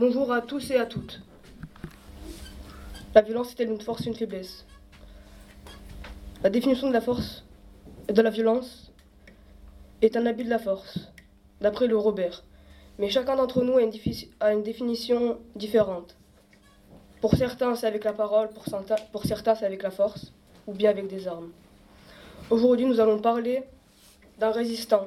Bonjour à tous et à toutes. La violence est-elle une force ou une faiblesse? La définition de la force et de la violence est un abus de la force, d'après le Robert. Mais chacun d'entre nous a une définition différente. Pour certains, c'est avec la parole, pour certains, c'est avec la force, ou bien avec des armes. Aujourd'hui, nous allons parler d'un résistant.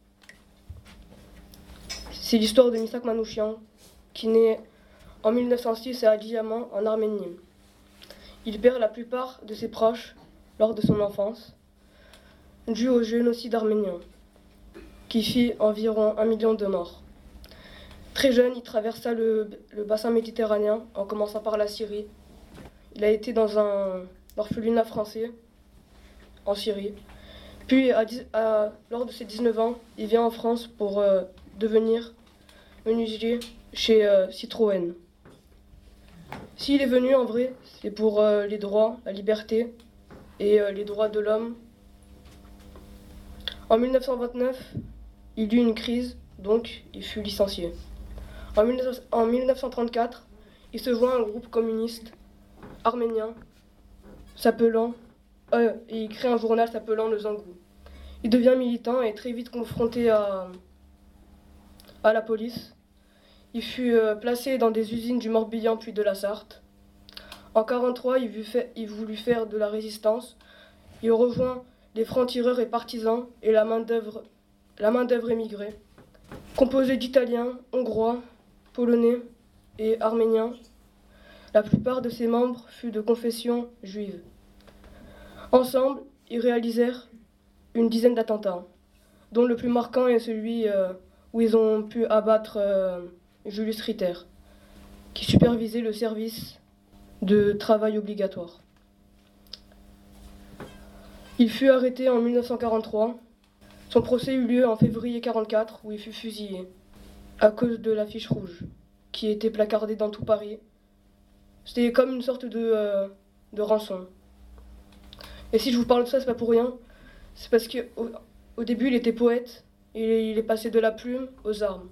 C'est l'histoire de Misak Manouchian, qui naît en 1906 à Adıyaman, en Arménie. Il perd la plupart de ses proches lors de son enfance, dû au génocide arménien, qui fit environ 1 million de morts. Très jeune, il traversa le bassin méditerranéen en commençant par la Syrie. Il a été dans un orphelinat français en Syrie. Puis, lors de ses 19 ans, il vient en France pour devenir menuisier chez Citroën. S'il est venu, en vrai, c'est pour les droits, la liberté et les droits de l'homme. En 1929, il eut une crise, donc il fut licencié. En 1934, il se joint à un groupe communiste arménien et il crée un journal s'appelant Le Zangou. Il devient militant et est très vite confronté à la police. Il fut placé dans des usines du Morbihan puis de la Sarthe. En 1943, il voulut faire de la résistance. Il rejoint les francs-tireurs et partisans et la main-d'œuvre émigrée, composée d'Italiens, Hongrois, Polonais et Arméniens. La plupart de ses membres furent de confession juive. Ensemble, ils réalisèrent une dizaine d'attentats, dont le plus marquant est celui où ils ont pu abattre Julius Ritter, qui supervisait le service de travail obligatoire. Il fut arrêté en 1943. Son procès eut lieu en février 1944, où il fut fusillé, à cause de l'affiche rouge, qui était placardée dans tout Paris. C'était comme une sorte de rançon. Et si je vous parle de ça, c'est pas pour rien. C'est parce qu'au début, il était poète, et il est passé de la plume aux armes.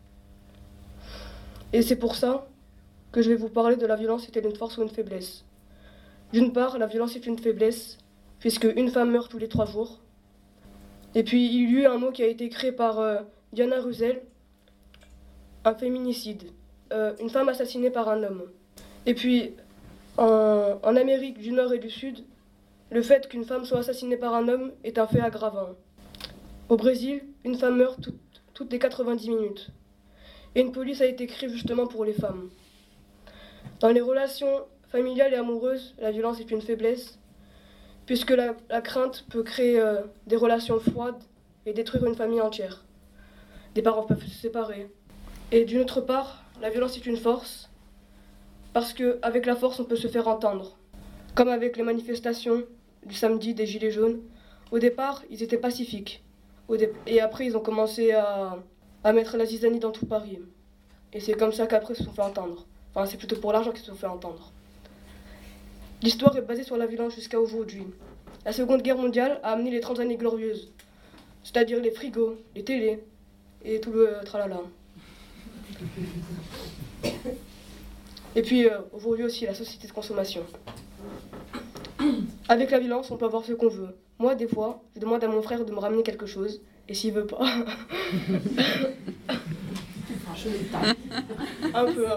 Et c'est pour ça que je vais vous parler de la violence est-elle une force ou une faiblesse. D'une part, la violence est une faiblesse, puisque une femme meurt tous les 3 jours. Et puis, il y eut un mot qui a été créé par Diana Russell, un féminicide, une femme assassinée par un homme. Et puis, en Amérique du Nord et du Sud, le fait qu'une femme soit assassinée par un homme est un fait aggravant. Au Brésil, une femme meurt toutes les 90 minutes. Et une police a été créée justement pour les femmes. Dans les relations familiales et amoureuses, la violence est une faiblesse, puisque la crainte peut créer des relations froides et détruire une famille entière. Des parents peuvent se séparer. Et d'une autre part, la violence est une force, parce qu'avec la force, on peut se faire entendre. Comme avec les manifestations du samedi des Gilets jaunes. Au départ, ils étaient pacifiques. Et après, ils ont commencé à mettre la zizanie dans tout Paris. Et c'est comme ça qu'après, ils se sont fait entendre. Enfin, c'est plutôt pour l'argent qu'ils se sont fait entendre. L'histoire est basée sur la violence jusqu'à aujourd'hui. La Seconde Guerre mondiale a amené les 30 années glorieuses, c'est-à-dire les frigos, les télés et tout le tralala. Et puis aujourd'hui aussi la société de consommation. Avec la violence, on peut avoir ce qu'on veut. Moi, des fois, je demande à mon frère de me ramener quelque chose, et s'il veut pas... un peu.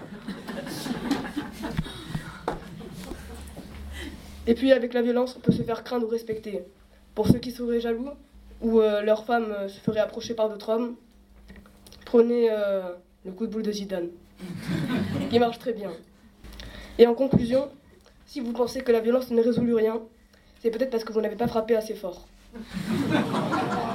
Et puis avec la violence, on peut se faire craindre ou respecter. Pour ceux qui seraient jaloux, ou leur femme se ferait approcher par d'autres hommes, prenez le coup de boule de Zidane, qui marche très bien. Et en conclusion, si vous pensez que la violence ne résout rien, c'est peut-être parce que vous n'avez pas frappé assez fort.